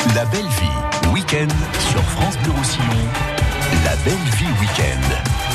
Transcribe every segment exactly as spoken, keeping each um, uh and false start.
La belle vie, week-end sur France Bleu Roussillon. La belle vie week-end.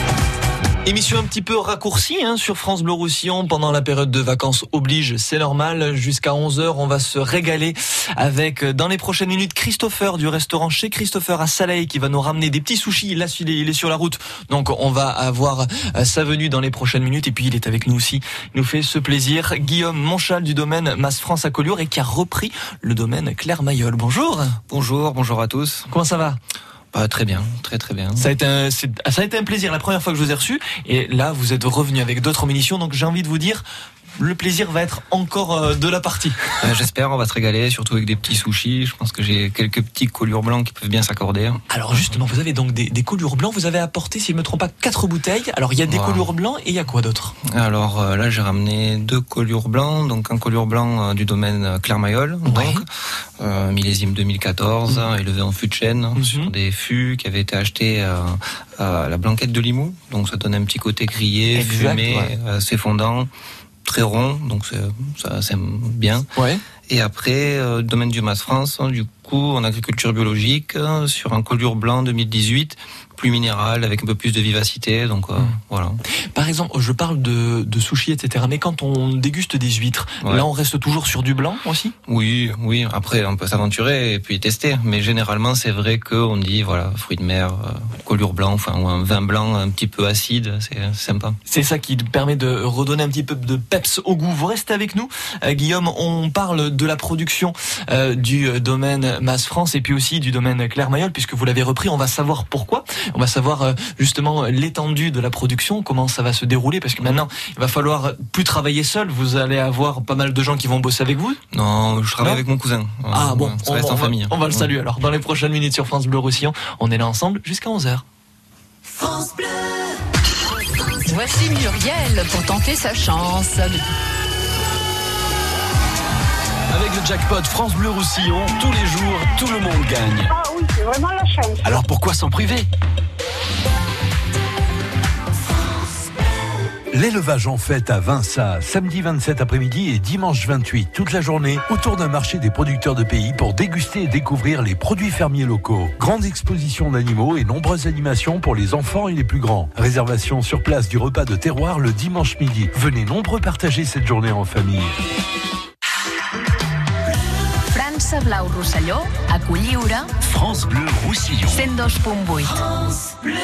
Émission un petit peu raccourcie hein, sur France Bleu Roussillon pendant la période de vacances oblige, c'est normal. Jusqu'à onze heures, on va se régaler avec, dans les prochaines minutes, Christopher du restaurant Chez Christopher à Saleil qui va nous ramener des petits sushis. Là, il est sur la route, donc on va avoir sa venue dans les prochaines minutes. Et puis, il est avec nous aussi. Il nous fait ce plaisir. Guillaume Monchal du domaine Mas France à Collioure et qui a repris le domaine Claire Mayol. Bonjour. Bonjour, bonjour à tous. Comment ça va ? Bah, très bien, très très bien. Ça a été un, c'est, ça a été un plaisir la première fois que je vous ai reçu. Et là, vous êtes revenu avec d'autres munitions. Donc, j'ai envie de vous dire, le plaisir va être encore de la partie. Euh, j'espère, on va se régaler, surtout avec des petits sushis. Je pense que j'ai quelques petits colures blancs qui peuvent bien s'accorder. Alors justement, vous avez donc des, des colures blancs. Vous avez apporté, si je ne me trompe pas, quatre bouteilles. Alors, il y a des wow. colures blancs et il y a quoi d'autre ? Alors euh, là, j'ai ramené deux colures blancs. Donc, un colure blanc euh, du domaine Claire Mayol. Ouais. Donc, euh, millésime deux mille quatorze, mmh. élevé en fût de chêne, mmh. sur des fûts qui avaient été achetés euh, à la Blanquette de Limoux. Donc, ça donne un petit côté grillé, exact, fumé, ouais. assez fondant. Très rond, donc c'est, ça c'est bien. Ouais. Et après, euh, domaine du Mas France, hein, du coup, en agriculture biologique, hein, sur un colure blanc deux mille dix-huit, plus minéral, avec un peu plus de vivacité, donc euh, mmh. voilà. Par exemple, je parle de, de sushi, et cetera, mais quand on déguste des huîtres, ouais. là on reste toujours sur du blanc aussi ? Oui, oui, après on peut s'aventurer et puis tester, mais généralement c'est vrai qu'on dit, voilà, fruits de mer, euh, colure blanc, enfin, ou un vin blanc un petit peu acide, c'est, c'est sympa. C'est ça qui permet de redonner un petit peu de peps au goût. Vous restez avec nous, euh, Guillaume, on parle de la production euh, du domaine Mas France et puis aussi du domaine Claire Mayol, puisque vous l'avez repris, on va savoir pourquoi. On va savoir euh, justement l'étendue de la production, comment ça va se dérouler, parce que maintenant il va falloir plus travailler seul. Vous allez avoir pas mal de gens qui vont bosser avec vous. Non, je travaille non avec mon cousin. Ah bon, ça reste on, en on famille. Va, on va le saluer alors. Dans les prochaines minutes sur France Bleu Roussillon, on est là ensemble jusqu'à onze heures. France Bleu. Voici Muriel pour tenter sa chance. Avec le jackpot France Bleu Roussillon, tous les jours, tout le monde gagne. Ah oui, c'est vraiment la chance. Alors pourquoi s'en priver ? L'élevage en fête à Vinça, samedi vingt-sept après-midi et dimanche vingt-huit, toute la journée, autour d'un marché des producteurs de pays pour déguster et découvrir les produits fermiers locaux. Grande exposition d'animaux et nombreuses animations pour les enfants et les plus grands. Réservation sur place du repas de terroir le dimanche midi. Venez nombreux partager cette journée en famille. França Blau Rosselló, a Collioure. France Bleu Roussillon. cent dos punt vuit. France Bleu.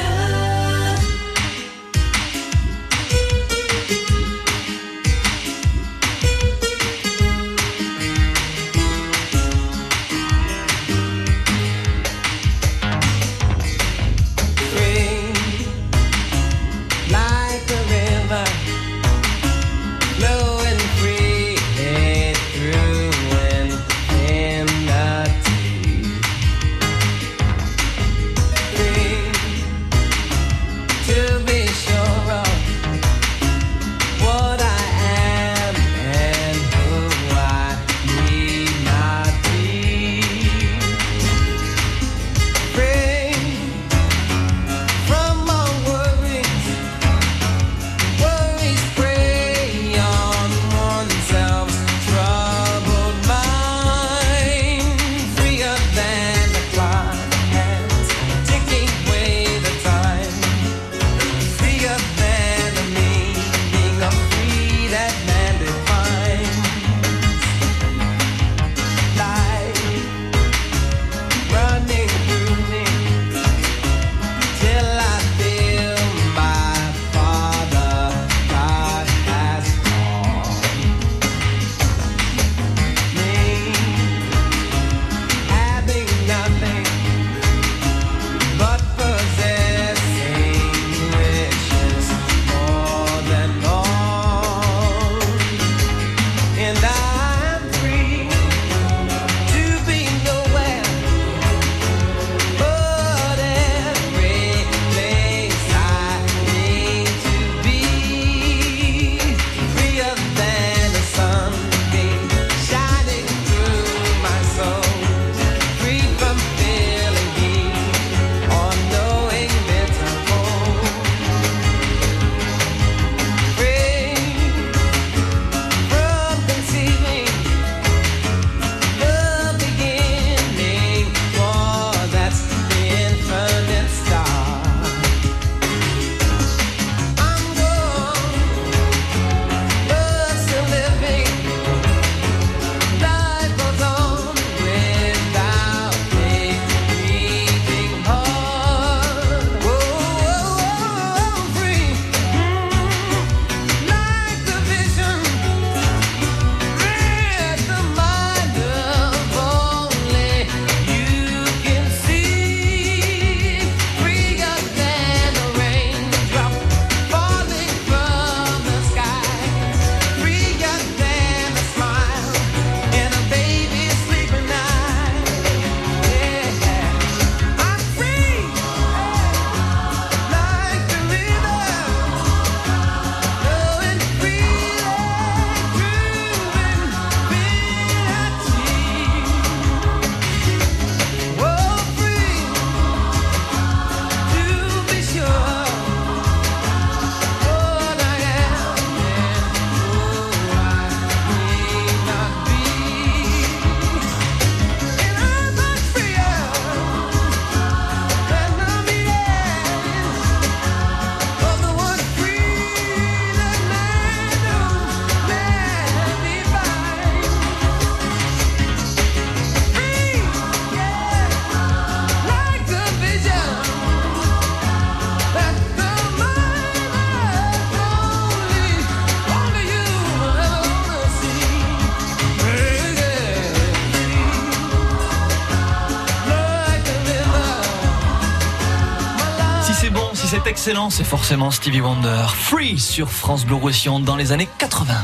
c'est excellent, c'est forcément Stevie Wonder. Free sur France Bleu Roussillon dans les années quatre-vingts.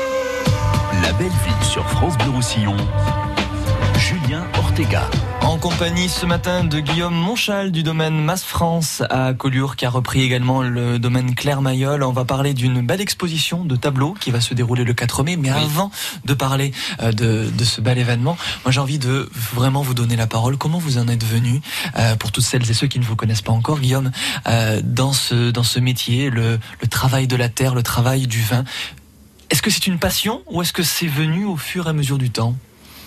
La belle ville sur France Bleu Roussillon. Julien Ortega. En compagnie ce matin de Guillaume Monchal du domaine Mas France à Collioure, qui a repris également le domaine Claire Mayol. On va parler d'une belle exposition de tableaux qui va se dérouler le quatre mai. Mais oui. Avant de parler de, de ce bel événement, moi j'ai envie de vraiment vous donner la parole. Comment vous en êtes venu, euh, pour toutes celles et ceux qui ne vous connaissent pas encore, Guillaume, euh, dans ce, dans ce métier, le, le travail de la terre, le travail du vin. Est-ce que c'est une passion ou est-ce que c'est venu au fur et à mesure du temps ?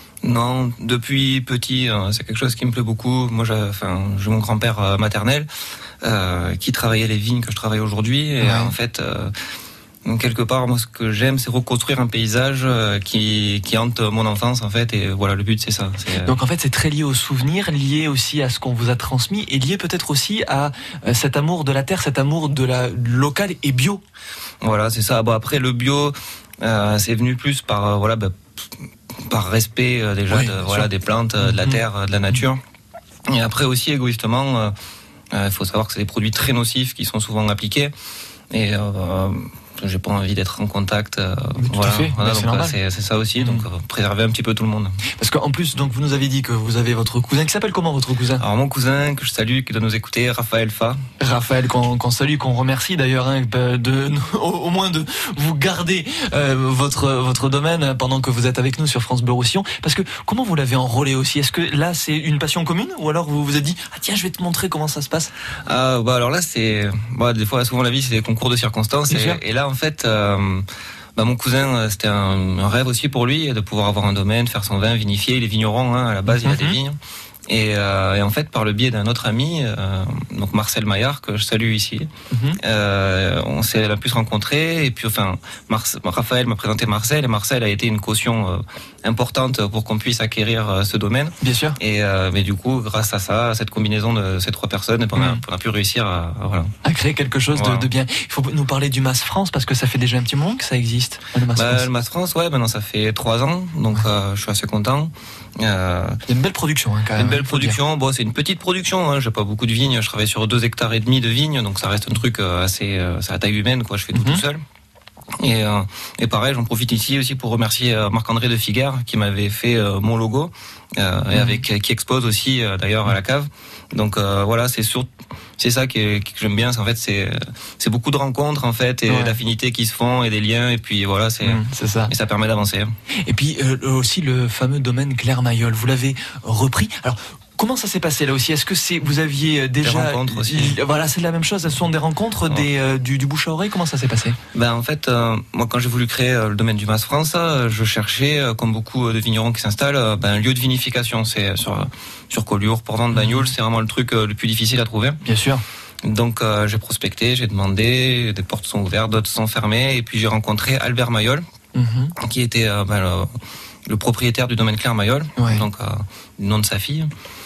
Non, depuis petit, c'est quelque chose qui me plaît beaucoup. Moi, j'ai, enfin, j'ai mon grand-père maternel euh, qui travaillait les vignes que je travaille aujourd'hui. Et ouais. en fait, euh, quelque part, moi, ce que j'aime, c'est reconstruire un paysage qui, qui hante mon enfance, en fait. Et voilà, le but, c'est ça. C'est... Donc, en fait, c'est très lié aux souvenirs, lié aussi à ce qu'on vous a transmis, et lié peut-être aussi à cet amour de la terre, cet amour de la locale et bio. Voilà, c'est ça. Bon, après, le bio, euh, c'est venu plus par, euh, voilà, bah, par respect euh, déjà oui, de, voilà, des plantes, euh, de la terre, euh, de la nature. Et après aussi, égoïstement, euh, euh, il faut savoir que c'est des produits très nocifs qui sont souvent appliqués. Et euh, euh, j'ai pas envie d'être en contact. Euh, tout voilà, à fait, voilà, c'est donc, normal. C'est, c'est ça aussi, mmh. donc euh, préserver un petit peu tout le monde. Parce qu'en plus, donc vous nous avez dit que vous avez votre cousin, qui s'appelle comment votre cousin ? Alors mon cousin, que je salue, qui doit nous écouter, Raphaël Fa. Raphaël, qu'on, qu'on salue, qu'on remercie d'ailleurs, hein, de, au, au moins de vous garder euh, votre, votre domaine pendant que vous êtes avec nous sur France Bleu Roussillon. Parce que comment vous l'avez enrôlé aussi ? Est-ce que là c'est une passion commune ou alors vous vous êtes dit ah tiens je vais te montrer comment ça se passe ? Ah bah alors là c'est, bah, des fois souvent la vie c'est des concours de circonstances et, et là en fait. Euh, Bah, mon cousin, c'était un, un rêve aussi pour lui de pouvoir avoir un domaine, faire son vin, vinifier. Il est vigneron, hein, à la base, mm-hmm. il a des vignes. Et, euh, et en fait, par le biais d'un autre ami, euh, donc Marcel Maillard, que je salue ici, mm-hmm. euh, on s'est on a pu se rencontrer. Et puis, enfin, Mar- Raphaël m'a présenté Marcel, et Marcel a été une caution euh, importante pour qu'on puisse acquérir euh, ce domaine. Bien sûr. Et euh, mais du coup, grâce à ça, à cette combinaison de ces trois personnes, on a, mm. on a pu réussir à, à, voilà. à créer quelque chose voilà. de, de bien. Il faut nous parler du Mas France parce que ça fait déjà un petit moment que ça existe. Le Mas bah, France. Le Mas France, ouais, maintenant ça fait trois ans, donc ouais. euh, je suis assez content. Euh, il y a une belle production, hein, quand même. Une belle production. Bon, c'est une petite production. Hein. J'ai pas beaucoup de vignes. Je travaille sur deux hectares et demi de vignes, donc ça reste un truc assez, euh, c'est à taille humaine, quoi. Je fais tout mm-hmm. tout seul. Et, euh, et pareil, j'en profite ici aussi pour remercier euh, Marc-André de Figuère qui m'avait fait euh, mon logo euh, mmh. et avec qui expose aussi euh, d'ailleurs à la cave. Donc euh, voilà, c'est sur, c'est ça que, que j'aime bien. C'est en fait c'est c'est beaucoup de rencontres en fait et ouais. d'affinités qui se font et des liens et puis voilà c'est mmh, c'est ça. Et ça permet d'avancer. Et puis euh, aussi le fameux domaine Claire Mayol, vous l'avez repris. Alors comment ça s'est passé là aussi ? Est-ce que c'est vous aviez déjà des rencontres aussi. Voilà, c'est la même chose. Ce sont des rencontres, ouais. des euh, du, du bouche à oreille. Comment ça s'est passé ? Ben en fait, euh, moi quand j'ai voulu créer euh, le domaine du Mas France, euh, je cherchais, euh, comme beaucoup de vignerons qui s'installent, euh, ben, un lieu de vinification. C'est sur euh, sur Collioure, Port-Vente, Bagnoul, mmh. c'est vraiment le truc euh, le plus difficile à trouver. Bien sûr. Donc euh, j'ai prospecté, j'ai demandé, des portes sont ouvertes, d'autres sont fermées, et puis j'ai rencontré Albert Mayol, mmh. qui était euh, ben, le, le propriétaire du domaine Claire Mayol, ouais. donc euh, du nom de sa fille.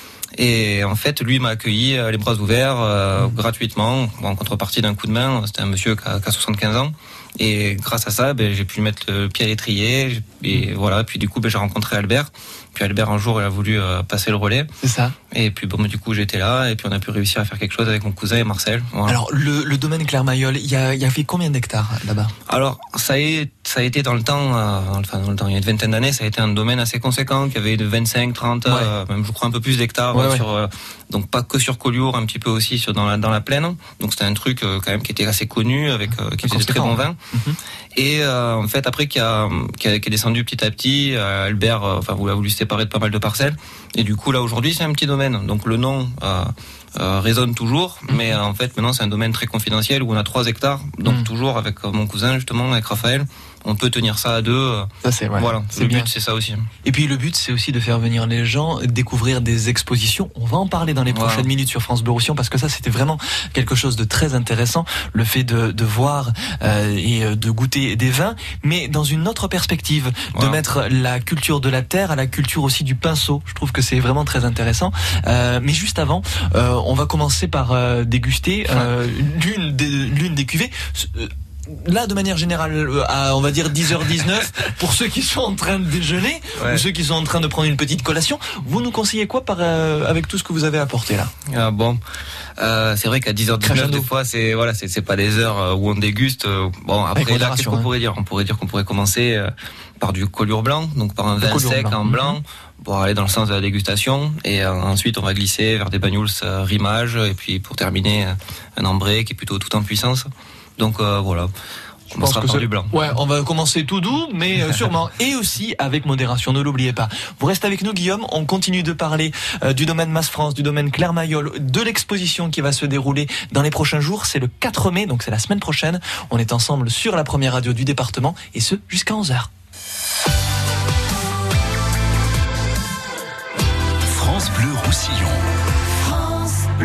Et en fait, lui m'a accueilli les bras ouverts, euh, mmh. gratuitement, en contrepartie d'un coup de main. C'était un monsieur qui a, qui a soixante-quinze ans. Et grâce à ça, ben, j'ai pu mettre le pied à l'étrier. Et voilà. Puis du coup, ben, j'ai rencontré Albert. Puis Albert, un jour, il a voulu euh, passer le relais. C'est ça. Et puis bon, du coup, j'étais là. Et puis on a pu réussir à faire quelque chose avec mon cousin et Marcel. Voilà. Alors, le, le domaine Claire Mayol, il y a, il y a fait combien d'hectares là-bas ? Alors, ça a, ça a été dans le temps, euh, enfin dans le temps, il y a une vingtaine d'années, ça a été un domaine assez conséquent, qui avait de vingt-cinq, trente, ouais. euh, même je crois un peu plus d'hectares. Ouais, sur, ouais. euh, donc pas que sur Collioure, un petit peu aussi sur dans la dans la plaine. Donc c'était un truc euh, quand même qui était assez connu, avec euh, qui faisait de très bons vins. Mm-hmm. Et euh, en fait, après qui a, qui a qui est descendu petit à petit, euh, Albert, euh, enfin, vous a voulu se séparer de pas mal de parcelles. Et du coup, là aujourd'hui, c'est un petit domaine. Donc le nom euh, euh, résonne toujours, mmh. mais euh, en fait, maintenant, c'est un domaine très confidentiel où on a trois hectares. Donc mmh. toujours avec euh, mon cousin, justement, avec Raphaël, on peut tenir ça à deux. Ça c'est ouais. Voilà. C'est le bien. but, c'est ça aussi. Et puis le but, c'est aussi de faire venir les gens, découvrir des expositions. On va en parler dans les prochaines voilà. minutes sur France Bleu Roussillon parce que ça, c'était vraiment quelque chose de très intéressant, le fait de, de voir euh, et de goûter des vins, mais dans une autre perspective, voilà. de mettre la culture de la terre à la culture aussi du pinceau. Je trouve que c'est vraiment très intéressant. Euh, mais juste avant, euh, on va commencer par euh, déguster euh, l'une des l'une des cuvées. là, de manière générale, à, on va dire dix heures dix-neuf, pour ceux qui sont en train de déjeuner, ouais. ou ceux qui sont en train de prendre une petite collation, vous nous conseillez quoi par, euh, avec tout ce que vous avez apporté là? Ah bon, euh, c'est vrai qu'à dix heures dix-neuf, des fois, c'est, voilà, c'est, c'est pas des heures où on déguste. Bon, après, là, qu'est-ce qu'on hein. pourrait dire? On pourrait dire qu'on pourrait commencer euh, par du collioure blanc, donc par un vin sec blanc. en blanc, mm-hmm. pour aller dans le sens de la dégustation, et euh, ensuite, on va glisser vers des banyuls euh, rimage, et puis pour terminer, euh, un ambré qui est plutôt tout en puissance. Donc euh, voilà. Je pense que c'est du blanc. Ouais, on va commencer tout doux, mais euh, sûrement. Et aussi avec modération, ne l'oubliez pas. Vous restez avec nous, Guillaume. On continue de parler euh, du domaine Mas France, du domaine Claire Mayol, de l'exposition qui va se dérouler dans les prochains jours. C'est le quatre mai, donc c'est la semaine prochaine. On est ensemble sur la première radio du département, et ce, jusqu'à onze heures. France Bleu Roussillon. France Bleu.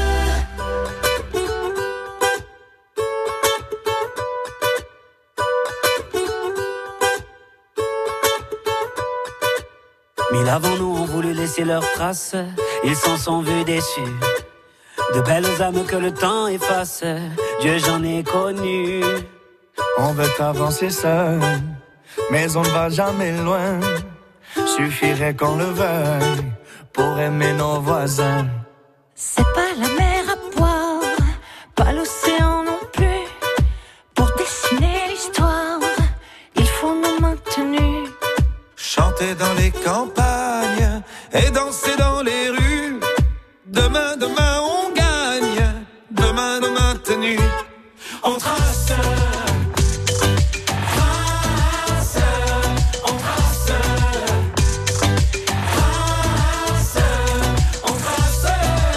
Mille avant nous ont voulu laisser leurs traces, ils s'en sont vus déçus. De belles âmes que le temps efface, Dieu j'en ai connu. On veut avancer seul, mais on ne va jamais loin. Suffirait qu'on le veuille pour aimer nos voisins. C'est pas la mer à boire, pas l'océan non plus. Pour dessiner l'histoire, il faut nous maintenir. Chanter dans les campagnes et danser dans les rues. Demain, demain, on gagne. Demain, nos maintenus. On trace. Trace. On trace. Trace. On trace.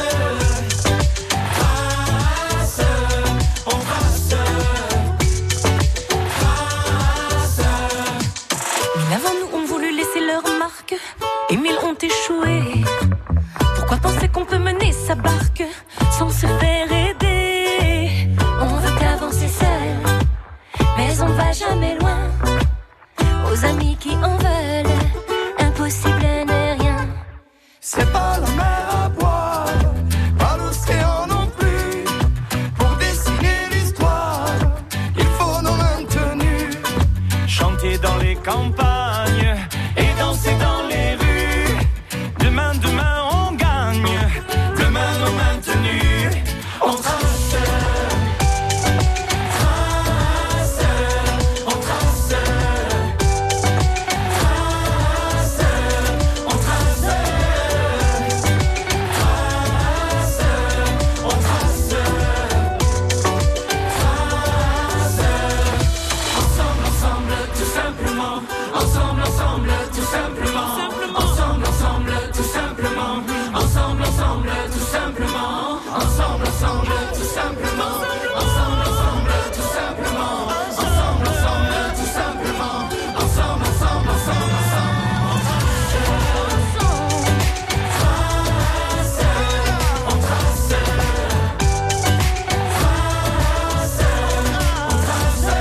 Trace. On trace. Trace. Mille avant nous ont voulu laisser leur marque et mille ont échoué. Pourquoi penser qu'on peut mener sa barque sans se faire aider? On veut qu'avancer seul, mais on va jamais loin. Aux amis qui en veulent, impossible n'est rien. C'est pas la mer à boire, pas l'océan non plus. Pour dessiner l'histoire, il faut nos maintenus. Chanter dans les campagnes et danser dans les rues. Demain, demain, on gagne. Demain, nos maintenus. On trace. Trace. On trace. Trace. On trace. Trace. On trace. Trace. Ensemble, ensemble, tout simplement. Ensemble, ensemble, tout simplement. Ensemble, ensemble, tout simplement. Ensemble, ensemble, tout simplement. Ensemble, ensemble, tout simplement. Ensemble, ensemble, tout simplement. Ensemble, ensemble, tout simplement. Ensemble, ensemble, ensemble, ensemble. Trace. On trace. Trace. On trace.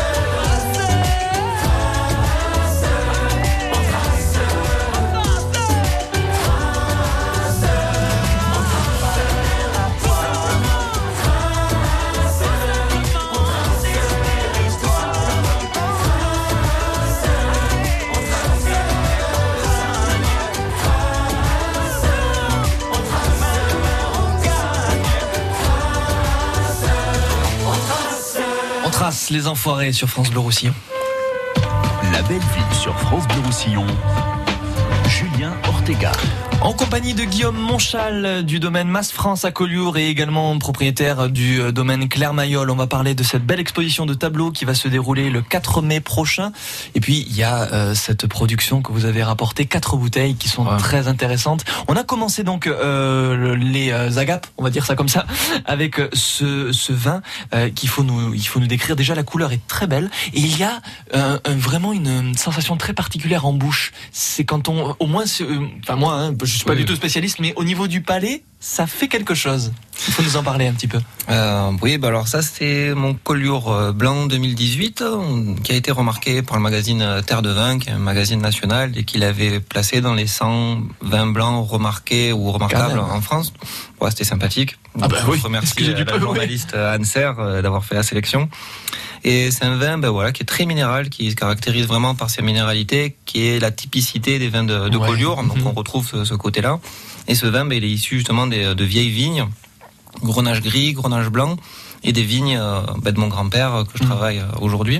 On trace les enfoirés sur France Bleu Roussillon. La belle ville sur France Bleu Roussillon. Julien Ortega. En compagnie de Guillaume Monchal du domaine Mas France à Collioure et également propriétaire du domaine Claire Mayol. On va parler de cette belle exposition de tableaux qui va se dérouler le quatre mai prochain. Et puis il y a euh, cette production que vous avez rapportée, quatre bouteilles qui sont ouais. très intéressantes. On a commencé donc euh, les euh, agapes, on va dire ça comme ça, avec ce, ce vin euh, qu'il faut nous, il faut nous décrire. Déjà la couleur est très belle et il y a euh, un, vraiment une sensation très particulière en bouche. C'est quand on, au moins, euh, enfin moi, hein, je suis pas oui. du tout spécialiste, mais au niveau du palais, ça fait quelque chose. Il faut nous en parler un petit peu. Euh, oui, bah alors ça c'est mon Collioure blanc deux mille dix-huit euh, qui a été remarqué par le magazine Terre de Vin, qui est un magazine national et qui l'avait placé dans les cent vins blancs remarqués ou remarquables en France. Ouais, c'était sympathique. Ah bah oui. Je remercie la peu, journaliste oui. Anne Serre euh, d'avoir fait la sélection. Et c'est un vin, ben voilà, qui est très minéral, qui se caractérise vraiment par sa minéralité, qui est la typicité des vins de, de ouais. Collioure. Donc mmh. on retrouve ce, ce côté-là. Et ce vin, ben, il est issu justement des, de vieilles vignes, grenache gris, grenache blanc, et des vignes euh, ben, de mon grand-père que je mmh. travaille euh, aujourd'hui.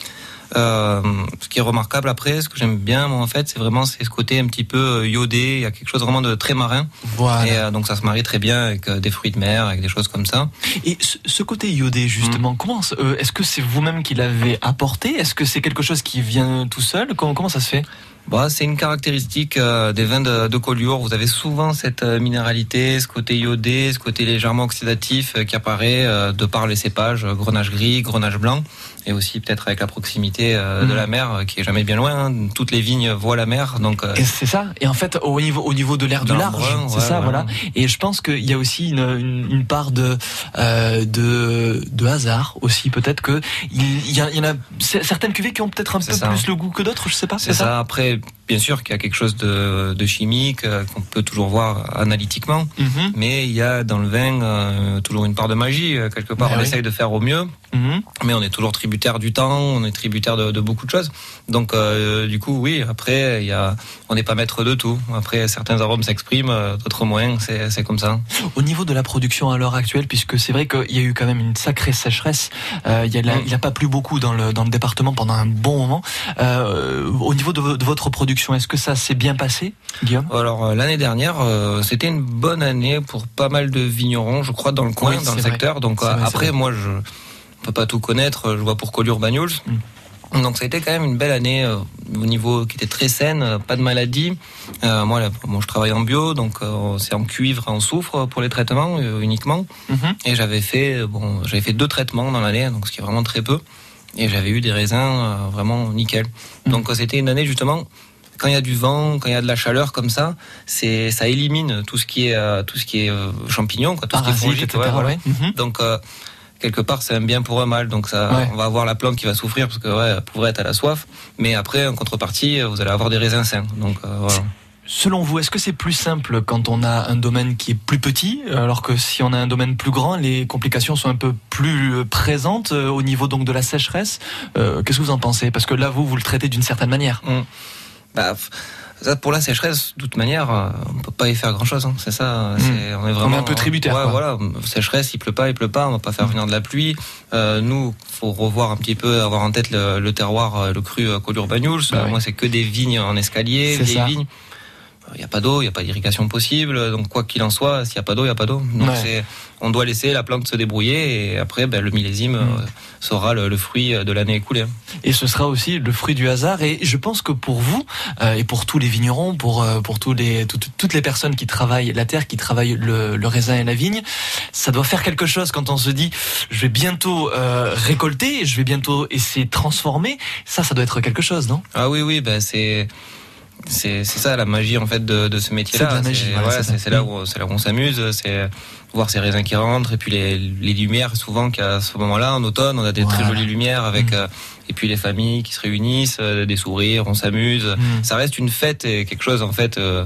Euh, ce qui est remarquable après, ce que j'aime bien moi en fait, c'est vraiment c'est ce côté un petit peu iodé. Il y a quelque chose vraiment de très marin. Voilà. Et euh, donc ça se marie très bien avec euh, des fruits de mer, avec des choses comme ça. Et ce, ce côté iodé justement, mmh. comment euh, est-ce que c'est vous-même qui l'avez apporté? Est-ce que c'est quelque chose qui vient tout seul? Comment, comment ça se fait? Bah, c'est une caractéristique euh, des vins de, de Collioure. Vous avez souvent cette euh, minéralité, ce côté iodé, ce côté légèrement oxydatif euh, qui apparaît euh, de par les cépages, euh, grenache gris, grenache blanc, et aussi peut-être avec la proximité euh, mmh. de la mer euh, qui est jamais bien loin. Hein. Toutes les vignes voient la mer, donc. Euh, et c'est ça. Et en fait, au niveau au niveau de l'air du large, brun, c'est ouais, ça, ouais. voilà. Et je pense qu'il y a aussi une, une, une part de euh, de de hasard aussi. Peut-être que il y, a, il y en a certaines cuvées qui ont peut-être un c'est peu ça. plus le goût que d'autres. Je sais pas. C'est, c'est ça. ça. Après. Bien sûr qu'il y a quelque chose de, de chimique euh, qu'on peut toujours voir analytiquement, mm-hmm. mais il y a dans le vin euh, toujours une part de magie. Euh, quelque part, mais on oui. essaye de faire au mieux, mm-hmm. mais on est toujours tributaire du temps, on est tributaire de, de beaucoup de choses. Donc, euh, du coup, oui, après, il y a, on n'est pas maître de tout. Après, certains arômes s'expriment, euh, d'autres moins, c'est, c'est comme ça. Au niveau de la production à l'heure actuelle, puisque c'est vrai qu'il y a eu quand même une sacrée sécheresse, euh, il n'a mm. pas plu beaucoup dans le, dans le département pendant un bon moment. Euh, au niveau de, de votre production, est-ce que ça s'est bien passé, Guillaume? Alors euh, l'année dernière, euh, c'était une bonne année pour pas mal de vignerons, je crois, dans le coin, oui, dans le vrai. secteur. Donc euh, vrai, après, moi, je peux pas tout connaître. Je vois pour Collioure Banyuls. Mm. Donc ça a été quand même une belle année euh, au niveau qui était très saine, euh, pas de maladie. Euh, moi, là, bon, je travaille en bio, donc euh, c'est en cuivre, en soufre pour les traitements euh, uniquement. Mm-hmm. Et j'avais fait, bon, j'avais fait deux traitements dans l'année, donc ce qui est vraiment très peu. Et j'avais eu des raisins euh, vraiment nickel. Mm. Donc euh, c'était une année justement. Quand il y a du vent, quand il y a de la chaleur comme ça, c'est ça élimine tout ce qui est euh, tout ce qui est euh, champignons, quoi, tout Parasites, ce qui est fongique, et cetera. Ouais, voilà. ouais. Mm-hmm. Donc euh, quelque part c'est un bien pour un mal. Donc ça, ouais. on va avoir la plante qui va souffrir parce que ouais, la pauvrette elle a soif, mais après en contrepartie vous allez avoir des raisins sains. Donc euh, voilà. Selon vous, est-ce que c'est plus simple quand on a un domaine qui est plus petit, alors que si on a un domaine plus grand, les complications sont un peu plus présentes au niveau donc de la sécheresse? euh, Qu'est-ce que vous en pensez? Parce que là, vous, vous le traitez d'une certaine manière. Mmh. Bah, ça, pour la sécheresse, de toute manière, on peut pas y faire grand-chose. Hein. C'est ça. C'est, mmh. on est vraiment. On est un peu tributaire. Ouais, quoi. Voilà. Sécheresse, il pleut pas, il pleut pas. On va pas faire venir de la pluie. Euh, nous, faut revoir un petit peu, avoir en tête le, le terroir, le cru Collioure Banyuls. Bah, euh, oui. Moi, c'est que des vignes en escalier, c'est vieilles ça. vignes. Il n'y a pas d'eau, il n'y a pas d'irrigation possible, donc quoi qu'il en soit, s'il n'y a pas d'eau, il n'y a pas d'eau. Donc ouais. c'est, on doit laisser la plante se débrouiller et après ben, le millésime mmh. euh, sera le, le fruit de l'année écoulée. Et ce sera aussi le fruit du hasard. Et je pense que pour vous euh, et pour tous les vignerons, pour euh, pour tous les tout, toutes les personnes qui travaillent la terre, qui travaillent le, le raisin et la vigne, ça doit faire quelque chose quand on se dit je vais bientôt euh, récolter, je vais bientôt essayer de transformer. Ça, ça doit être quelque chose, non? Ah oui, oui, ben c'est. C'est, c'est ça la magie en fait de, de ce métier-là. C'est, de la magie, c'est, ouais, ouais, c'est, c'est, c'est là où c'est là où on s'amuse, c'est voir ces raisins qui rentrent et puis les, les lumières souvent qu'à ce moment-là en automne on a des voilà. très jolies lumières avec mmh. euh, et puis les familles qui se réunissent, euh, des sourires, on s'amuse. Mmh. Ça reste une fête et quelque chose en fait euh,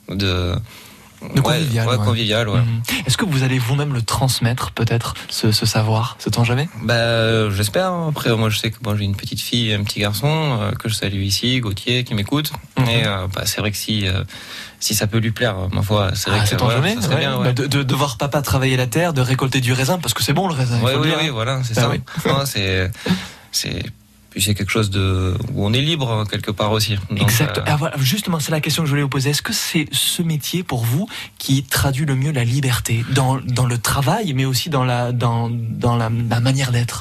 de De convivial. Ouais, ouais, ouais. convivial, ouais. Mmh. Est-ce que vous allez vous-même le transmettre, peut-être, ce, ce savoir, sait-on jamais? Bah, euh, j'espère. Après, moi, je sais que bon, j'ai une petite fille et un petit garçon euh, que je salue ici, Gauthier, qui m'écoute. Mmh. Et euh, bah, c'est vrai que si euh, si ça peut lui plaire, ma foi, c'est vrai ah, que sait-on ouais, jamais, ça serait ouais. bien. Ouais. Bah, de, de, de voir papa travailler la terre, de récolter du raisin, parce que c'est bon le raisin. Ouais, il faut oui, le dire, oui, hein. voilà, c'est bah, ça. Oui. Non, c'est c'est c'est quelque chose de où on est libre quelque part aussi. Donc, exact. Euh... Ah, voilà, justement, c'est la question que je voulais vous poser. Est-ce que c'est ce métier pour vous qui traduit le mieux la liberté dans dans le travail, mais aussi dans la dans dans la, la manière d'être?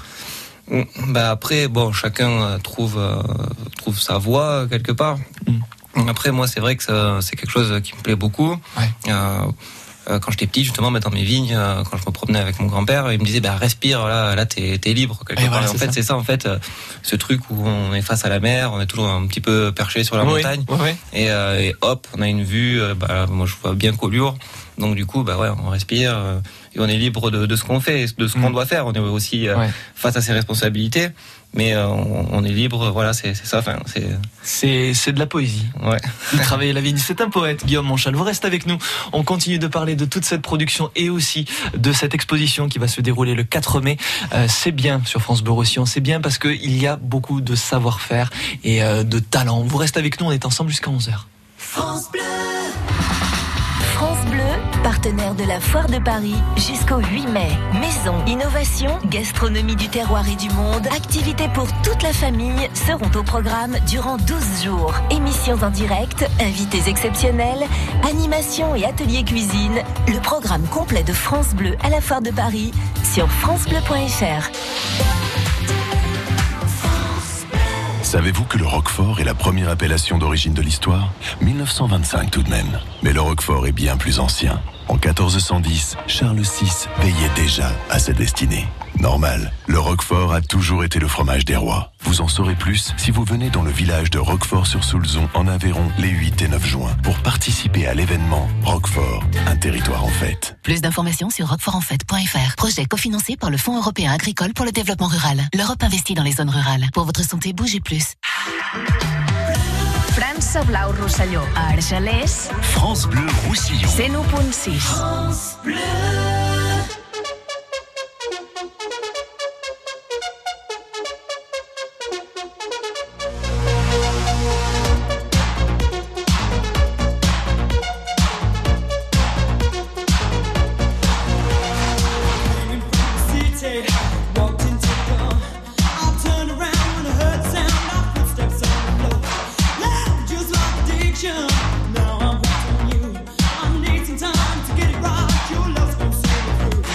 Bah après, bon, chacun trouve euh, trouve sa voie quelque part. Mm. Après, moi, c'est vrai que ça, c'est quelque chose qui me plaît beaucoup. Ouais. Euh, euh, quand j'étais petit, justement, dans mes vignes, euh, quand je me promenais avec mon grand-père, il me disait, bah, respire, là, là, t'es, t'es libre, quelque part. Voilà, et en fait, ça. c'est ça, en fait, euh, ce truc où on est face à la mer, on est toujours un petit peu perché sur la oui, montagne, oui, oui. Et, euh, et hop, on a une vue, euh, bah, moi, je vois bien Collioure. Donc du coup, bah ouais, on respire euh, et on est libre de, de ce qu'on fait, de ce qu'on mmh. doit faire. On est aussi euh, ouais. face à ses responsabilités, mais euh, on, on est libre. Voilà, c'est, c'est ça. Enfin, c'est c'est c'est de la poésie. Ouais. Il travaille la vigne. C'est un poète, Guillaume Monchal. Vous restez avec nous. On continue de parler de toute cette production et aussi de cette exposition qui va se dérouler le quatre mai. Euh, c'est bien sur France Bleu Roussillon. C'est bien parce que il y a beaucoup de savoir-faire et euh, de talent. Vous restez avec nous. On est ensemble jusqu'à onze heures. France Bleu. France Bleu, partenaire de la Foire de Paris jusqu'au huit mai. Maison, innovation, gastronomie du terroir et du monde, activités pour toute la famille seront au programme durant douze jours. Émissions en direct, invités exceptionnels, animations et ateliers cuisine. Le programme complet de France Bleu à la Foire de Paris sur francebleu point f r. Savez-vous que le Roquefort est la première appellation d'origine de l'histoire ? mille neuf cent vingt-cinq tout de même. Mais le Roquefort est bien plus ancien. En quatorze cent dix, Charles six veillait déjà à sa destinée. Normal, le Roquefort a toujours été le fromage des rois. Vous en saurez plus si vous venez dans le village de Roquefort-sur-Soulzon en Aveyron les huit et neuf juin pour participer à l'événement Roquefort, un territoire en fête. Plus d'informations sur roquefort en fête point f r. Projet cofinancé par le Fonds européen agricole pour le développement rural. L'Europe investit dans les zones rurales. Pour votre santé, bougez plus. France Blau Rosselló, a Argelers. France Bleu Roussillon. cent un punt sis. France Bleu. Now I'm watching you. I need some time to get it right. Your love's gonna see me through.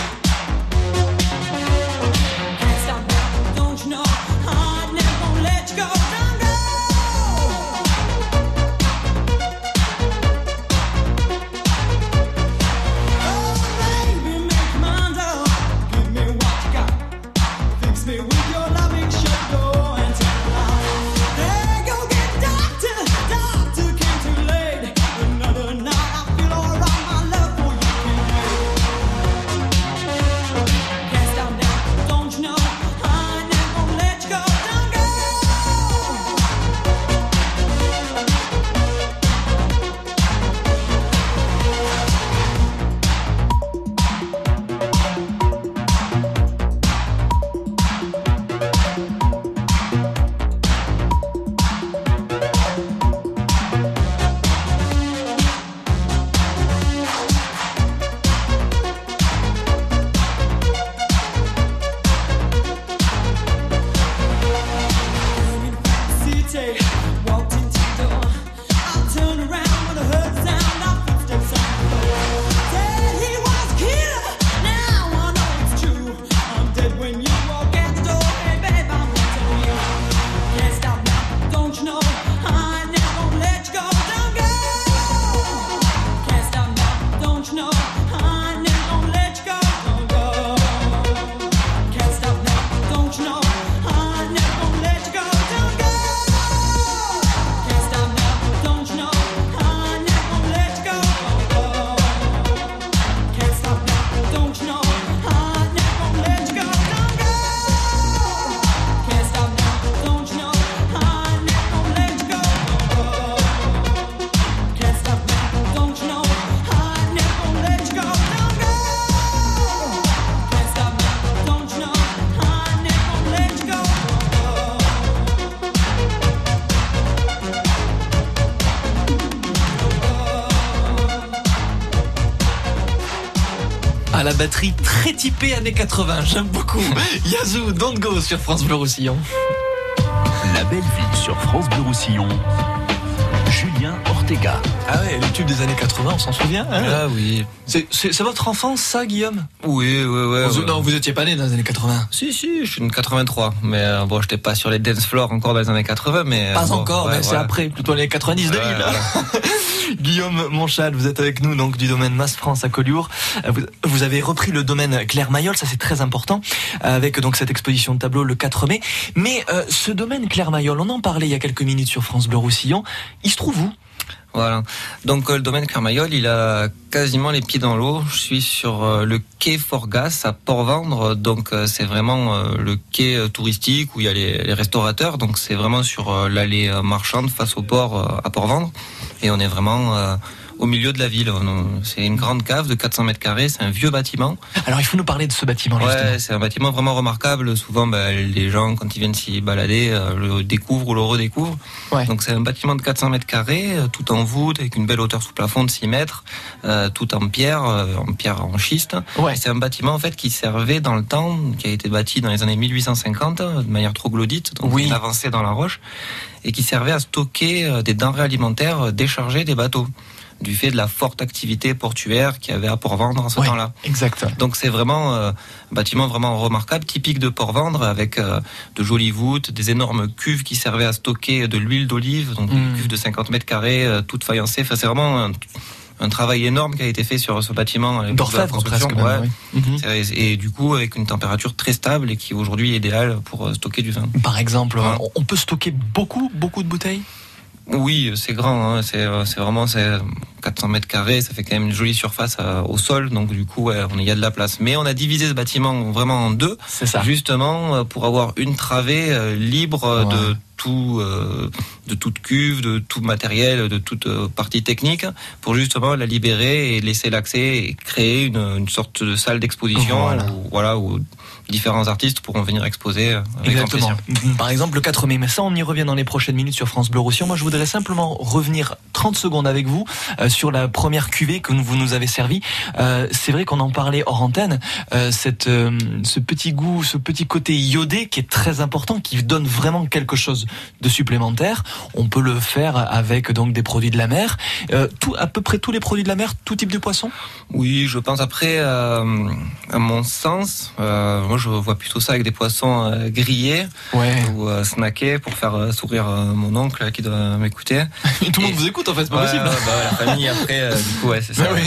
à la batterie très typée années quatre-vingts. J'aime beaucoup. Yazoo, Don't Go sur France Bleu Roussillon. La belle vie sur France Bleu Roussillon. Julien Ortega. Ah ouais, le tube des années quatre-vingts, on s'en souvient hein. Ah oui. C'est, c'est, c'est votre enfance, ça, Guillaume? Oui, oui, oui. Vous, ouais. Non, vous étiez pas né dans les années quatre-vingts. Si, si, je suis une quatre-vingt-trois. Mais euh, bon, j'étais pas sur les dance floors encore dans les années quatre-vingts. Mais, pas bon, encore, ouais, mais voilà. C'est après, plutôt les quatre-vingt-dix deux mille. Ouais, voilà. Guillaume Monchal, vous êtes avec nous donc du domaine Mas France à Collioure. Vous, vous avez repris le domaine Claire Mayol, ça c'est très important, avec donc cette exposition de tableaux le quatre mai. Mais euh, ce domaine Claire Mayol, on en parlait il y a quelques minutes sur France Bleu Roussillon. Il se trouve où ? Voilà. Donc euh, le domaine Claire Mayol, il a quasiment les pieds dans l'eau. Je suis sur euh, le quai Forgas à Port-Vendre. Donc euh, c'est vraiment euh, le quai euh, touristique où il y a les, les restaurateurs. Donc c'est vraiment sur euh, l'allée euh, marchande face au port euh, à Port-Vendre. Et on est vraiment euh, au milieu de la ville. C'est une grande cave de quatre cents mètres carrés. C'est un vieux bâtiment. Alors il faut nous parler de ce bâtiment. Ouais, justement. c'est un bâtiment vraiment remarquable. Souvent, bah, les gens, quand ils viennent s'y balader, euh, le découvrent ou le redécouvrent. Ouais. Donc c'est un bâtiment de quatre cents mètres carrés, euh, tout en voûte, avec une belle hauteur sous plafond de six mètres, euh, tout en pierre, euh, en pierre en schiste. Ouais. C'est un bâtiment en fait qui servait dans le temps, qui a été bâti dans les années mille huit cent cinquante, de manière troglodyte, donc oui. Il avançait dans la roche, et qui servait à stocker euh, des denrées alimentaires euh, déchargées des bateaux, du fait de la forte activité portuaire qu'il y avait à Port-Vendre en ce ouais, temps-là. Exact. Donc c'est vraiment euh, un bâtiment vraiment remarquable, typique de Port-Vendre, avec euh, de jolies voûtes, des énormes cuves qui servaient à stocker de l'huile d'olive, donc mmh. une cuve de cinquante mètres carrés, euh, toute faïencée. Enfin, c'est vraiment un, un travail énorme qui a été fait sur ce bâtiment. D'orfèvre presque. Ouais. Même, oui. mmh. Et du coup, avec une température très stable et qui aujourd'hui est idéale pour euh, stocker du vin. Par exemple, ouais. on peut stocker beaucoup, beaucoup de bouteilles ? Oui, c'est grand, hein. c'est, c'est vraiment c'est quatre cents mètres carrés, ça fait quand même une jolie surface euh, au sol, donc du coup ouais, il y a de la place. Mais on a divisé ce bâtiment vraiment en deux, c'est ça. Justement euh, pour avoir une travée euh, libre ouais. de tout, euh, de toute cuve, de tout matériel, de toute euh, partie technique, pour justement la libérer et laisser l'accès et créer une, une sorte de salle d'exposition voilà. Où, voilà, où différents artistes pourront venir exposer avec exactement. grand plaisir. Par exemple le quatre mai, mais ça on y revient dans les prochaines minutes sur France Bleu Roussillon. Moi je voudrais simplement revenir trente secondes avec vous euh, sur la première cuvée que vous nous avez servi. Euh, c'est vrai qu'on en parlait hors antenne, euh, cette, euh, ce petit goût, ce petit côté iodé qui est très important, qui donne vraiment quelque chose de supplémentaire. On peut le faire avec donc des produits de la mer, euh, tout, à peu près tous les produits de la mer, tout type de poisson. Oui, je pense après, euh, à mon sens, euh, moi je vois plutôt ça avec des poissons euh, grillés ouais. ou euh, snackés pour faire euh, sourire euh, mon oncle qui doit m'écouter. Tout le monde vous écoute en fait, c'est pas ouais, possible. Ouais, bah, la famille après, euh, du coup ouais c'est ça. Oui.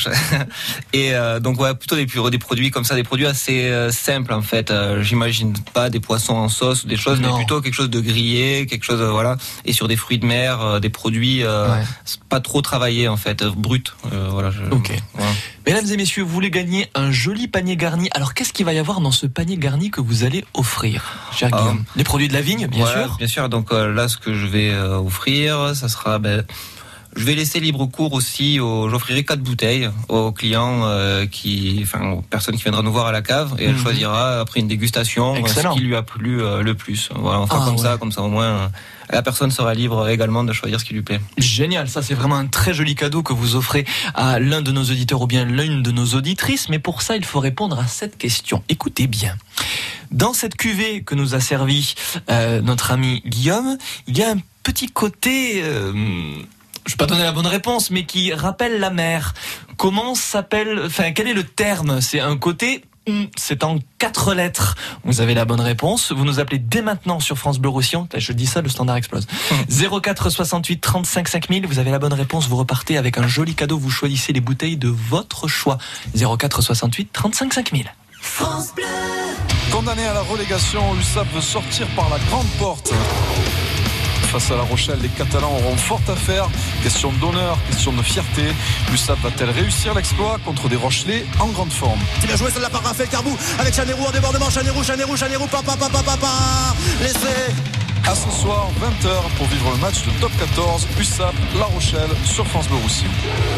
Et euh, donc ouais plutôt des, des produits comme ça, des produits assez euh, simples en fait. Euh, j'imagine pas des poissons en sauce ou des choses, non. mais plutôt quelque chose de grillé, quelque chose euh, voilà. Et sur des fruits de mer, euh, des produits euh, ouais. pas trop travaillés en fait, euh, bruts. Euh, voilà. Je, ok. Voilà. Mesdames et messieurs, vous voulez gagner un joli panier garni. Alors qu'est-ce qu'il va y avoir dans ce panier garni que vous allez offrir, cher Guillaume? euh, Les produits de la vigne, bien ouais, sûr. Bien sûr. Donc euh, là, ce que je vais euh, offrir, ça sera. Ben, je vais laisser libre cours aussi. Au, j'offrirai quatre bouteilles aux clients euh, qui, enfin, aux personnes qui viendront nous voir à la cave, et elle mmh. choisira après une dégustation Excellent. Ce qui lui a plu euh, le plus. Voilà, on fera ah, comme ouais. ça, comme ça au moins. Euh, La personne sera libre également de choisir ce qui lui plaît. Génial, ça c'est vraiment un très joli cadeau que vous offrez à l'un de nos auditeurs ou bien l'une de nos auditrices. Mais pour ça, il faut répondre à cette question. Écoutez bien. Dans cette cuvée que nous a servi euh, notre ami Guillaume, il y a un petit côté... Euh, je ne vais pas donner la bonne réponse, mais qui rappelle la mer. Comment s'appelle... Enfin, quel est le terme? C'est un côté... C'est en quatre lettres. Vous avez la bonne réponse. Vous nous appelez dès maintenant sur France Bleu Roussillon. Je dis ça, le standard explose. zéro quatre soixante-huit trente-cinq cinq mille. Vous avez la bonne réponse. Vous repartez avec un joli cadeau. Vous choisissez les bouteilles de votre choix. zéro quatre soixante-huit trente-cinq cinq mille. France Bleu. Condamné à la relégation, l'U S A P veut sortir par la grande porte. Face à La Rochelle, les Catalans auront fort à faire. Question d'honneur, question de fierté. L'U S A P va-t-elle réussir l'exploit contre des Rochelais en grande forme? C'est bien joué, celle-là par Raphaël Carbou avec Chanérou en débordement. Chanérou, Chanérou, Chanérou, papa, papa, papa. Laissez. À ce soir, vingt heures, pour vivre le match de top quatorze, U S A P La Rochelle sur France Bleu Roussillon.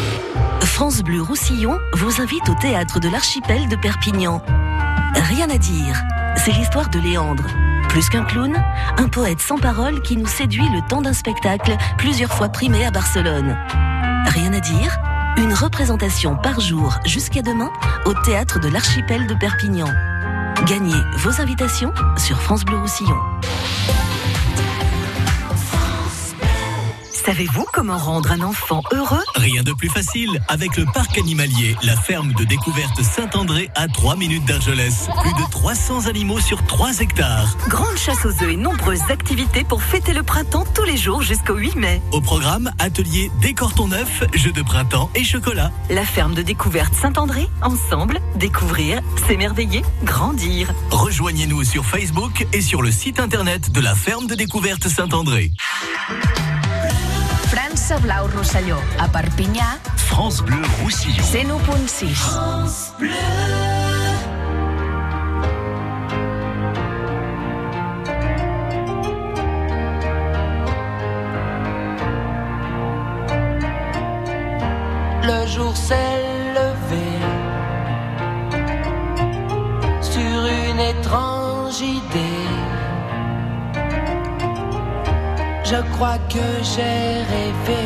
France Bleu Roussillon vous invite au théâtre de l'Archipel de Perpignan. Rien à dire, c'est l'histoire de Léandre. Plus qu'un clown, un poète sans parole qui nous séduit le temps d'un spectacle plusieurs fois primé à Barcelone. Rien à dire, une représentation par jour jusqu'à demain au théâtre de l'Archipel de Perpignan. Gagnez vos invitations sur France Bleu Roussillon. Savez-vous comment rendre un enfant heureux ? Rien de plus facile. Avec le parc animalier, la ferme de découverte Saint-André à trois minutes d'Argelès. Plus de trois cents animaux sur trois hectares. Grande chasse aux œufs et nombreuses activités pour fêter le printemps tous les jours jusqu'au huit mai. Au programme, atelier décore ton œuf, jeux de printemps et chocolat. La ferme de découverte Saint-André, ensemble, découvrir, s'émerveiller, grandir. Rejoignez-nous sur Facebook et sur le site internet de la ferme de découverte Saint-André. França Blau Rosselló, a Perpinyà, France Bleu Roussillon. cent un punt sis. France Bleu. Le jour s'est levé sur une étrange idée. Je crois que j'ai rêvé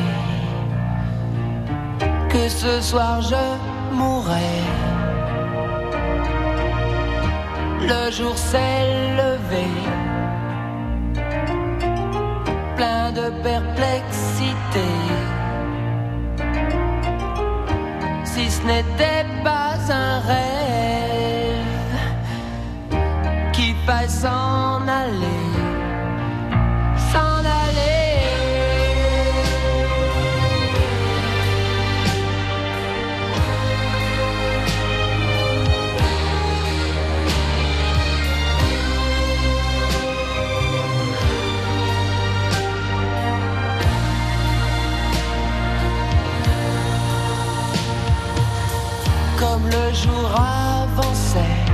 que ce soir je mourrais. Le jour s'est levé, plein de perplexité. Si ce n'était pas un rêve qui faille s'en aller, s'en aller. Comme le jour avançait,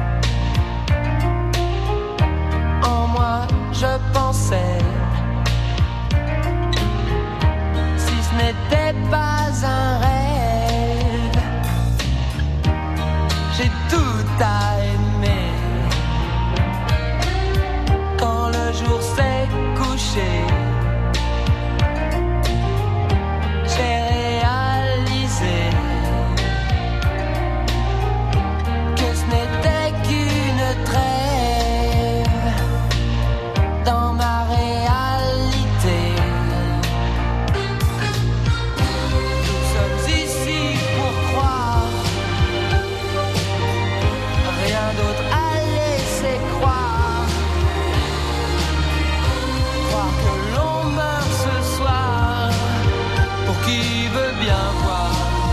en moi je pensais, si ce n'était pas un rêve, j'ai tout à aimer. Quand le jour s'est couché, j'ai réalisé que ce n'était qu'une trêve dans ma réalité. Nous sommes ici pour croire, rien d'autre à laisser croire. Croire que l'on meurt ce soir, pour qui veut bien voir.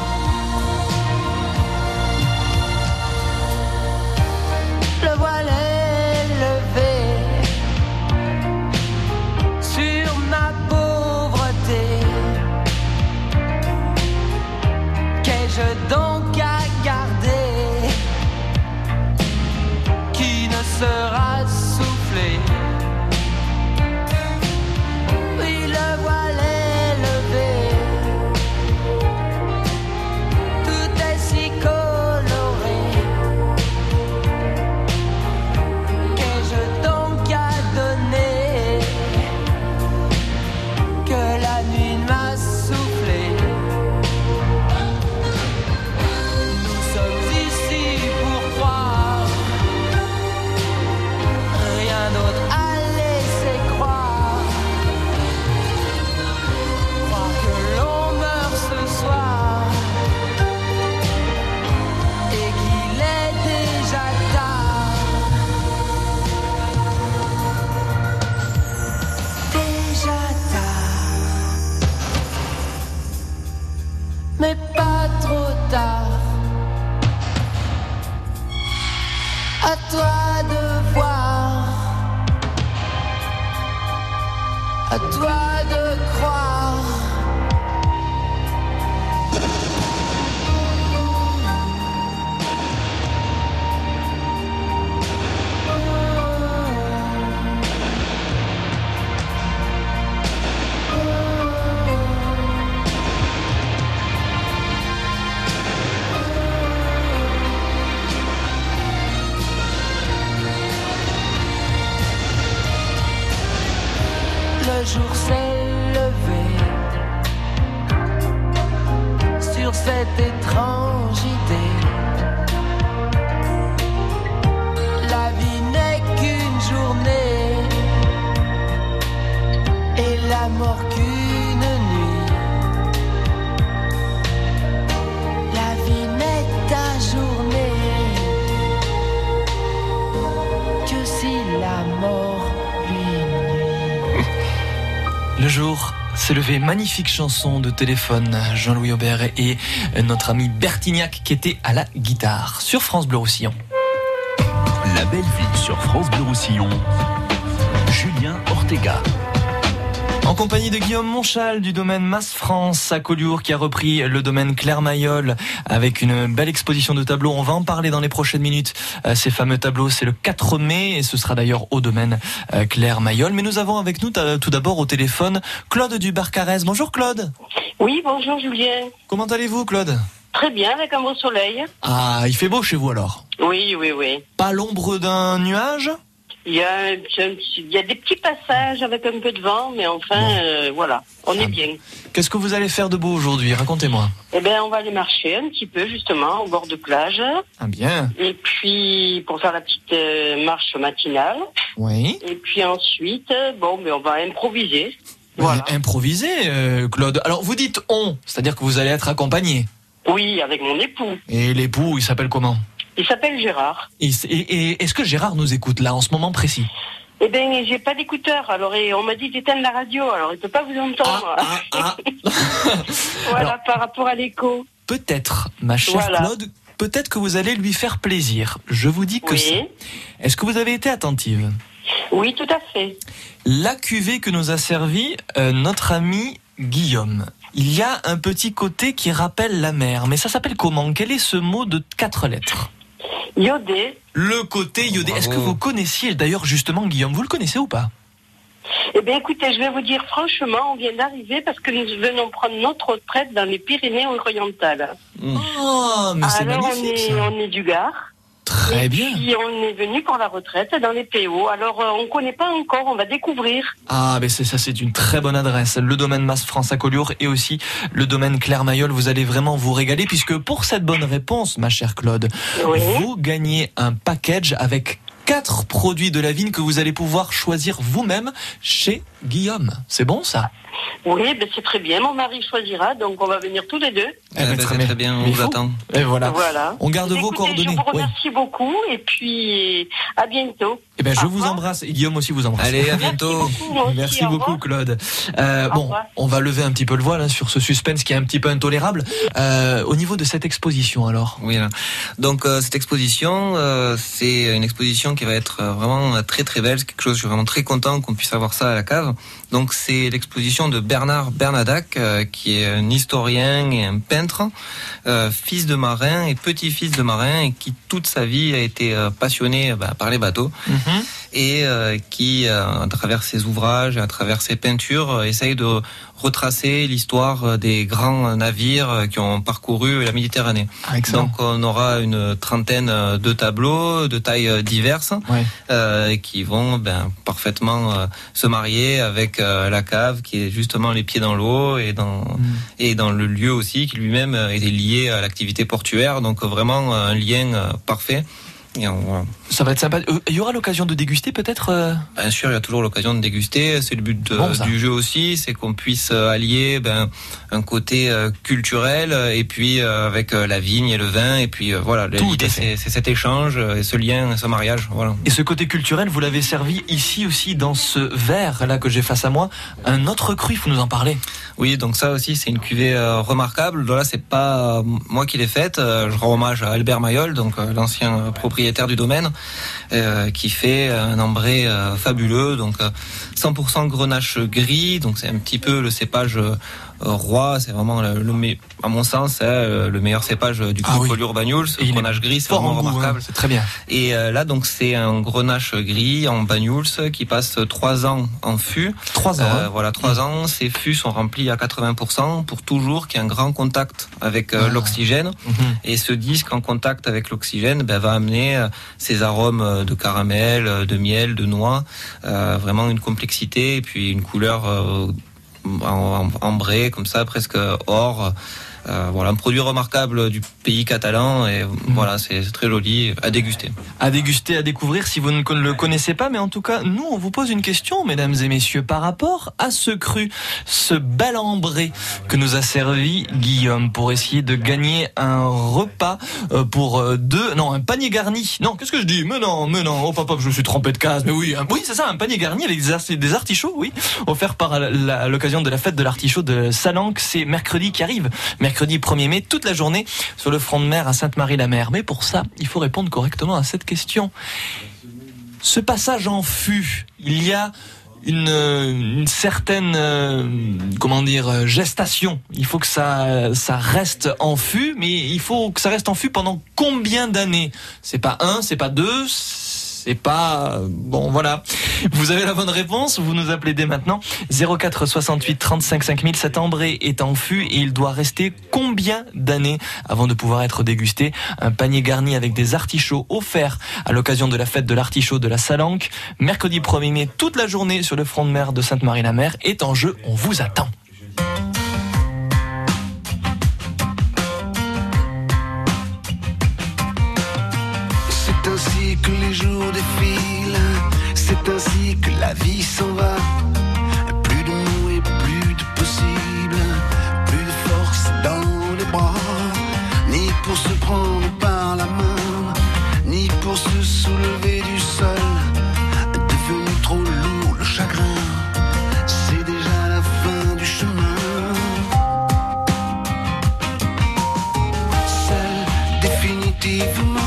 Le voile est levé sur ma pauvreté. Qu'ai-je donc à garder qui ne sera soufflé? Oui, le voile est levé, tout est si coloré. Qu'ai-je donc à donner que la nuit m'a soufflé? Nous sommes ici pour croire, rien d'autre à laisser croire. Croire que l'on meurt ce soir et qu'il est déjà tard. Déjà tard, mais pas trop tard. À toi de voir, à toi de croire. Le jour s'est levé sur cette étrange idée. La vie n'est qu'une journée et la mort qu'une jour s'est levé, magnifique chanson de téléphone, Jean-Louis Aubert et notre ami Bertignac qui était à la guitare sur France Bleu Roussillon. La belle vie sur France Bleu Roussillon, Julien Ortega. En compagnie de Guillaume Monchal du domaine Mas France à Collioure qui a repris le domaine Claire Mayol avec une belle exposition de tableaux. On va en parler dans les prochaines minutes. Euh, ces fameux tableaux, c'est le quatre mai et ce sera d'ailleurs au domaine euh, Claire Mayol. Mais nous avons avec nous t- tout d'abord au téléphone Claude du Barcarès. Bonjour Claude. Oui, bonjour Julien. Comment allez-vous Claude ? Très bien, avec un beau soleil. Ah, il fait beau chez vous alors ? Oui, oui, oui. Pas l'ombre d'un nuage ? Il y, a, il y a des petits passages avec un peu de vent, mais enfin, bon. euh, voilà, on ah. est bien. Qu'est-ce que vous allez faire de beau aujourd'hui ? Racontez-moi. Eh bien, on va aller marcher un petit peu, justement, au bord de plage. Ah bien. Et puis, pour faire la petite euh, marche matinale. Oui. Et puis ensuite, bon, mais on va improviser. Voilà. Improviser, euh, Claude. Alors, vous dites « on », c'est-à-dire que vous allez être accompagné ? Oui, avec mon époux. Et l'époux, il s'appelle comment ? Il s'appelle Gérard. Et, et, et est-ce que Gérard nous écoute là, en ce moment précis ? Eh bien, j'ai pas d'écouteurs. Alors, et on m'a dit d'éteindre la radio. Alors, il peut pas vous entendre. Ah, ah, ah. Voilà, alors, par rapport à l'écho. Peut-être, ma chère voilà. Claude, peut-être que vous allez lui faire plaisir. Je vous dis que oui. c'est. Est-ce que vous avez été attentive ? Oui, tout à fait. La cuvée que nous a servi euh, notre ami Guillaume. Il y a un petit côté qui rappelle la mer. Mais ça s'appelle comment ? Quel est ce mot de quatre lettres ? Iodé. Le côté iodé. Bravo. Est-ce que vous connaissiez d'ailleurs justement Guillaume ? Vous le connaissez ou pas ? Eh bien écoutez, je vais vous dire franchement, on vient d'arriver parce que nous venons prendre notre retraite dans les Pyrénées-Orientales. Mmh. Oh, mais c'est Alors magnifique, on est, ça. on est du Gard. Très bien. Et on est venu pour la retraite dans les P O. Alors euh, on ne connaît pas encore, on va découvrir. Ah, mais c'est ça, c'est une très bonne adresse. Le domaine Mas France à Collioure et aussi le domaine Claire Mayol. Vous allez vraiment vous régaler puisque pour cette bonne réponse, ma chère Claude, oui. vous gagnez un package avec quatre produits de la vigne que vous allez pouvoir choisir vous-même chez Guillaume. C'est bon ça ? Oui, ben c'est très bien. Mon mari choisira, donc on va venir tous les deux. Eh ben, très, très bien, on vous attend. Et voilà. voilà. On garde Écoutez, vos coordonnées. Je vous remercie oui. beaucoup et puis à bientôt. Eh ben, je vous embrasse et Guillaume aussi vous embrasse. Allez, à bientôt. Merci beaucoup, aussi, Merci beaucoup Claude. Euh, bon, on va lever un petit peu le voile hein, sur ce suspense qui est un petit peu intolérable. Euh, au niveau de cette exposition alors. Oui, là. Donc euh, cette exposition, euh, c'est une exposition qui va être vraiment très très belle. C'est quelque chose, je suis vraiment très content qu'on puisse avoir ça à la cave. Donc c'est l'exposition de Bernard Bernadac, euh, qui est un historien et un peintre, euh, fils de marin et petit-fils de marin, et qui toute sa vie a été euh, passionné bah, par les bateaux. Mm-hmm. Et euh, qui, euh, à travers ses ouvrages, à travers ses peintures, euh, essaye de retracer l'histoire des grands navires qui ont parcouru la Méditerranée. Ah, donc on aura une trentaine de tableaux de tailles diverses ouais. euh, qui vont ben, parfaitement euh, se marier avec euh, la cave qui est justement les pieds dans l'eau et dans, mm. et dans le lieu aussi qui lui-même est lié à l'activité portuaire. Donc vraiment un lien euh, parfait. Et on, voilà. Ça va être sympa. Il y aura l'occasion de déguster peut-être euh... Bien sûr, il y a toujours l'occasion de déguster. C'est le but de, bon, du jeu aussi, c'est qu'on puisse allier ben, un côté euh, culturel et puis euh, avec euh, la vigne et le vin. Et puis euh, voilà, tout l'idée c'est, c'est cet échange et ce lien, ce mariage. Voilà. Et ce côté culturel, vous l'avez servi ici aussi dans ce verre là que j'ai face à moi. Un autre cru, il faut nous en parler. Oui, donc ça aussi c'est une cuvée euh, remarquable. Là, c'est pas euh, moi qui l'ai faite. Euh, je rends hommage à Albert Mayol, donc euh, l'ancien propriétaire du domaine. Euh, qui fait un ambré euh, fabuleux, donc euh, cent pour cent grenache gris, donc c'est un petit peu le cépage euh, roi, c'est vraiment le, le à mon sens c'est euh, le meilleur cépage du ah, Collioure Banyuls. Le grenache gris, c'est vraiment remarquable. Hein, c'est très bien. Et euh, là donc c'est un grenache gris en Banyuls qui passe trois ans en fût. Trois ans. Euh, hein. Voilà, trois mmh. ans. Ces fûts sont remplis à quatre-vingts pour cent pour toujours qu'il y ait un grand contact avec euh, ah. l'oxygène. Mmh. Et ce disque en contact avec l'oxygène ben, va amener euh, ces arômes de caramel, de miel, de noix, euh, vraiment une complexité et puis une couleur euh, ambrée comme ça, presque or. Euh, voilà, un produit remarquable du pays catalan et mmh. voilà, c'est, c'est très joli à déguster. À déguster, à découvrir si vous ne le connaissez pas, mais en tout cas, nous, on vous pose une question, mesdames et messieurs, par rapport à ce cru, ce bel ambré que nous a servi Guillaume pour essayer de gagner un repas pour deux, non, un panier garni. Non, qu'est-ce que je dis? Mais non, mais non, oh papa, je me suis trompé de case. Mais oui, un, oui, c'est ça, un panier garni avec des, art- des artichauts, oui, offert par la, la, à l'occasion de la fête de l'artichaut de Salanque. C'est mercredi qui arrive, mercredi premier mai, toute la journée sur le front de mer à Sainte-Marie-la-Mer. Mais pour ça, il faut répondre correctement à cette question. Ce passage en fût, il y a une, une certaine, euh, comment dire, gestation. Il faut que ça, ça reste en fût, mais il faut que ça reste en fût pendant combien d'années? C'est pas un, c'est pas deux, c'est pas... Bon, voilà. Vous avez la bonne réponse, vous nous appelez dès maintenant. zéro quatre soixante-huit trente-cinq cinq mille. Cet ambré est en fût et il doit rester combien d'années avant de pouvoir être dégusté? Un panier garni avec des artichauts offerts à l'occasion de la fête de l'artichaut de la Salanque. Mercredi premier mai, toute la journée sur le front de mer de Sainte-Marie-la-Mer est en jeu. On vous attend. C'est ainsi que les jours défilent, c'est ainsi que la vie s'en va. Plus de mots et plus de possible, plus de force dans les bras, ni pour se prendre par la main, ni pour se soulever du sol. Devenu trop lourd le chagrin, c'est déjà la fin du chemin. Seul définitivement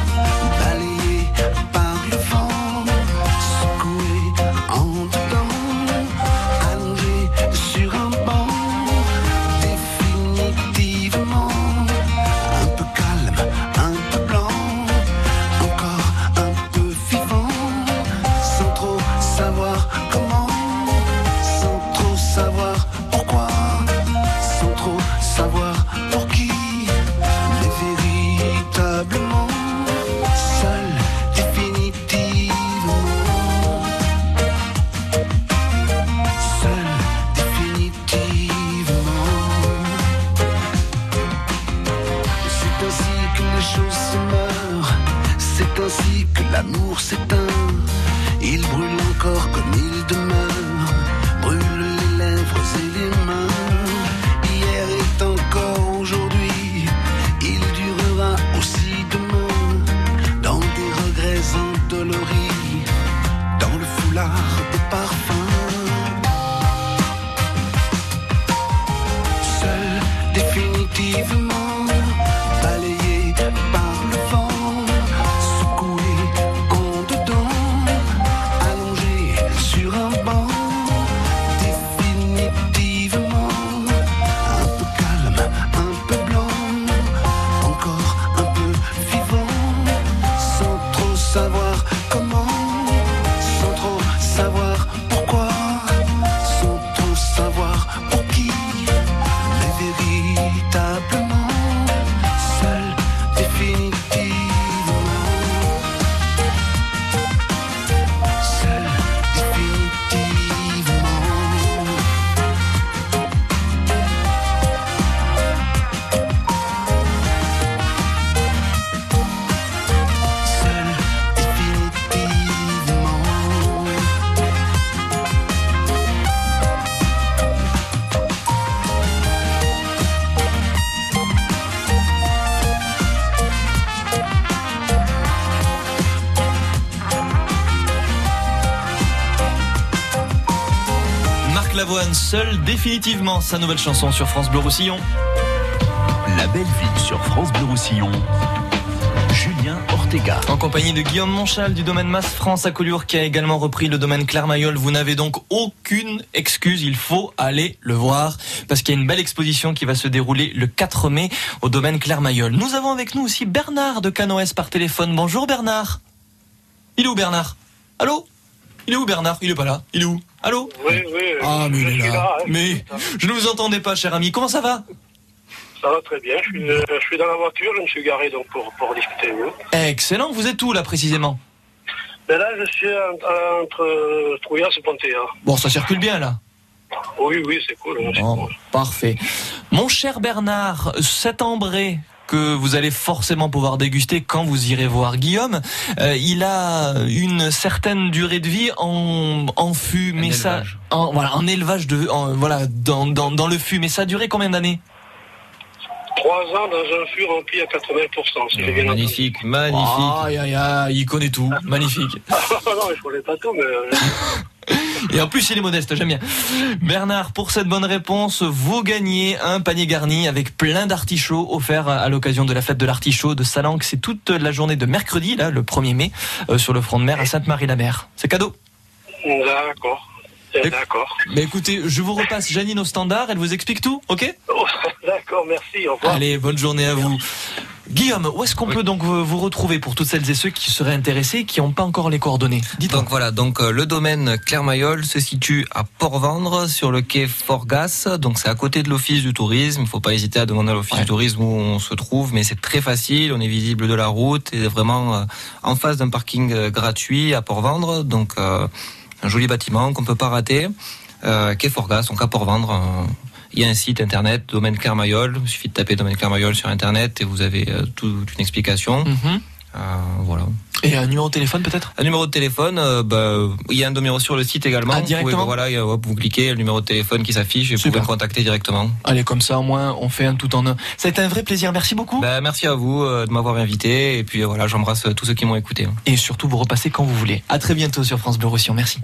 l'amour s'éteint, il brûle encore comme il demeure, brûle les lèvres et les mains. Hier est encore aujourd'hui, il durera aussi demain, dans des regrets endoloris, dans le foulard des parfums. Seul définitivement balayé par le vent, Lavoine, seul définitivement, sa nouvelle chanson sur France Bleu Roussillon. La belle vie sur France Bleu Roussillon. Julien Ortega. En compagnie de Guillaume Monchal du domaine Mas France à Collioure qui a également repris le domaine Clermayol. Vous n'avez donc aucune excuse, il faut aller le voir parce qu'il y a une belle exposition qui va se dérouler le quatre mai au domaine Clermayol. Nous avons avec nous aussi Bernard de Canoës par téléphone. Bonjour Bernard. Il est où Bernard? Allô? Il est où Bernard? Il est pas là. Il est où? Allô? Oui, oui. Ah, mais je il est suis là. là hein. Mais je ne vous entendais pas, cher ami. Comment ça va? Ça va très bien. Je suis, euh, je suis dans la voiture. Je me suis garé donc pour, pour discuter avec vous. Excellent. Vous êtes où, là, précisément? Ben là, je suis entre Trouillas et Pontéa. Bon, ça circule bien, là. Oui, oui, c'est cool. Hein, c'est Bon, cool. parfait. Mon cher Bernard, cet ambré que vous allez forcément pouvoir déguster quand vous irez voir Guillaume, euh, il a une certaine durée de vie en, en fût, mais ça, en, voilà, en élevage de, en, voilà, dans, dans, dans le fût. Mais ça a duré combien d'années? Trois ans dans un fût rempli à quatre-vingts pour cent. Si oh, magnifique, magnifique. Aïe, aïe, aïe, il connaît tout. Magnifique. non, je connais pas tout, mais... Et en plus, il est modeste, j'aime bien. Bernard, pour cette bonne réponse, vous gagnez un panier garni avec plein d'artichauts offerts à l'occasion de la fête de l'artichaut de Salanque. C'est toute la journée de mercredi, là, le premier mai, euh, sur le front de mer à Sainte-Marie-la-Mer. C'est cadeau. D'accord. D'accord. Mais écoutez, je vous repasse Janine au standard, elle vous explique tout, ok? D'accord, merci, au revoir. Allez, bonne journée à vous. Guillaume, où est-ce qu'on oui. peut donc vous retrouver pour toutes celles et ceux qui seraient intéressés et qui n'ont pas encore les coordonnées? Dites-moi. Donc voilà, donc euh, le domaine Clermayol se situe à Port-Vendre sur le quai Forgas, donc c'est à côté de l'office du tourisme. Il ne faut pas hésiter à demander à l'office ouais. du tourisme où on se trouve, mais c'est très facile, on est visible de la route et vraiment euh, en face d'un parking euh, gratuit à Port-Vendre, donc euh, un joli bâtiment qu'on peut pas rater, euh, quai Forgas, donc à Port-Vendre. Euh, Il y a un site internet, domaine Clermayol. Il suffit de taper domaine Clermayol sur internet et vous avez euh, toute une explication. Mm-hmm. Euh, voilà. Et un numéro de téléphone peut-être? Un numéro de téléphone, euh, bah, il y a un numéro sur le site également. Ah, directement. Vous pouvez, voilà, hop, vous cliquez, le numéro de téléphone qui s'affiche et vous pouvez me contacter directement. Allez, comme ça au moins on fait un tout en un. Ça a été un vrai plaisir, merci beaucoup. Bah, merci à vous euh, de m'avoir invité et puis euh, voilà, j'embrasse tous ceux qui m'ont écouté. Et surtout vous repassez quand vous voulez. À très bientôt sur France Bleu Roussillon, merci.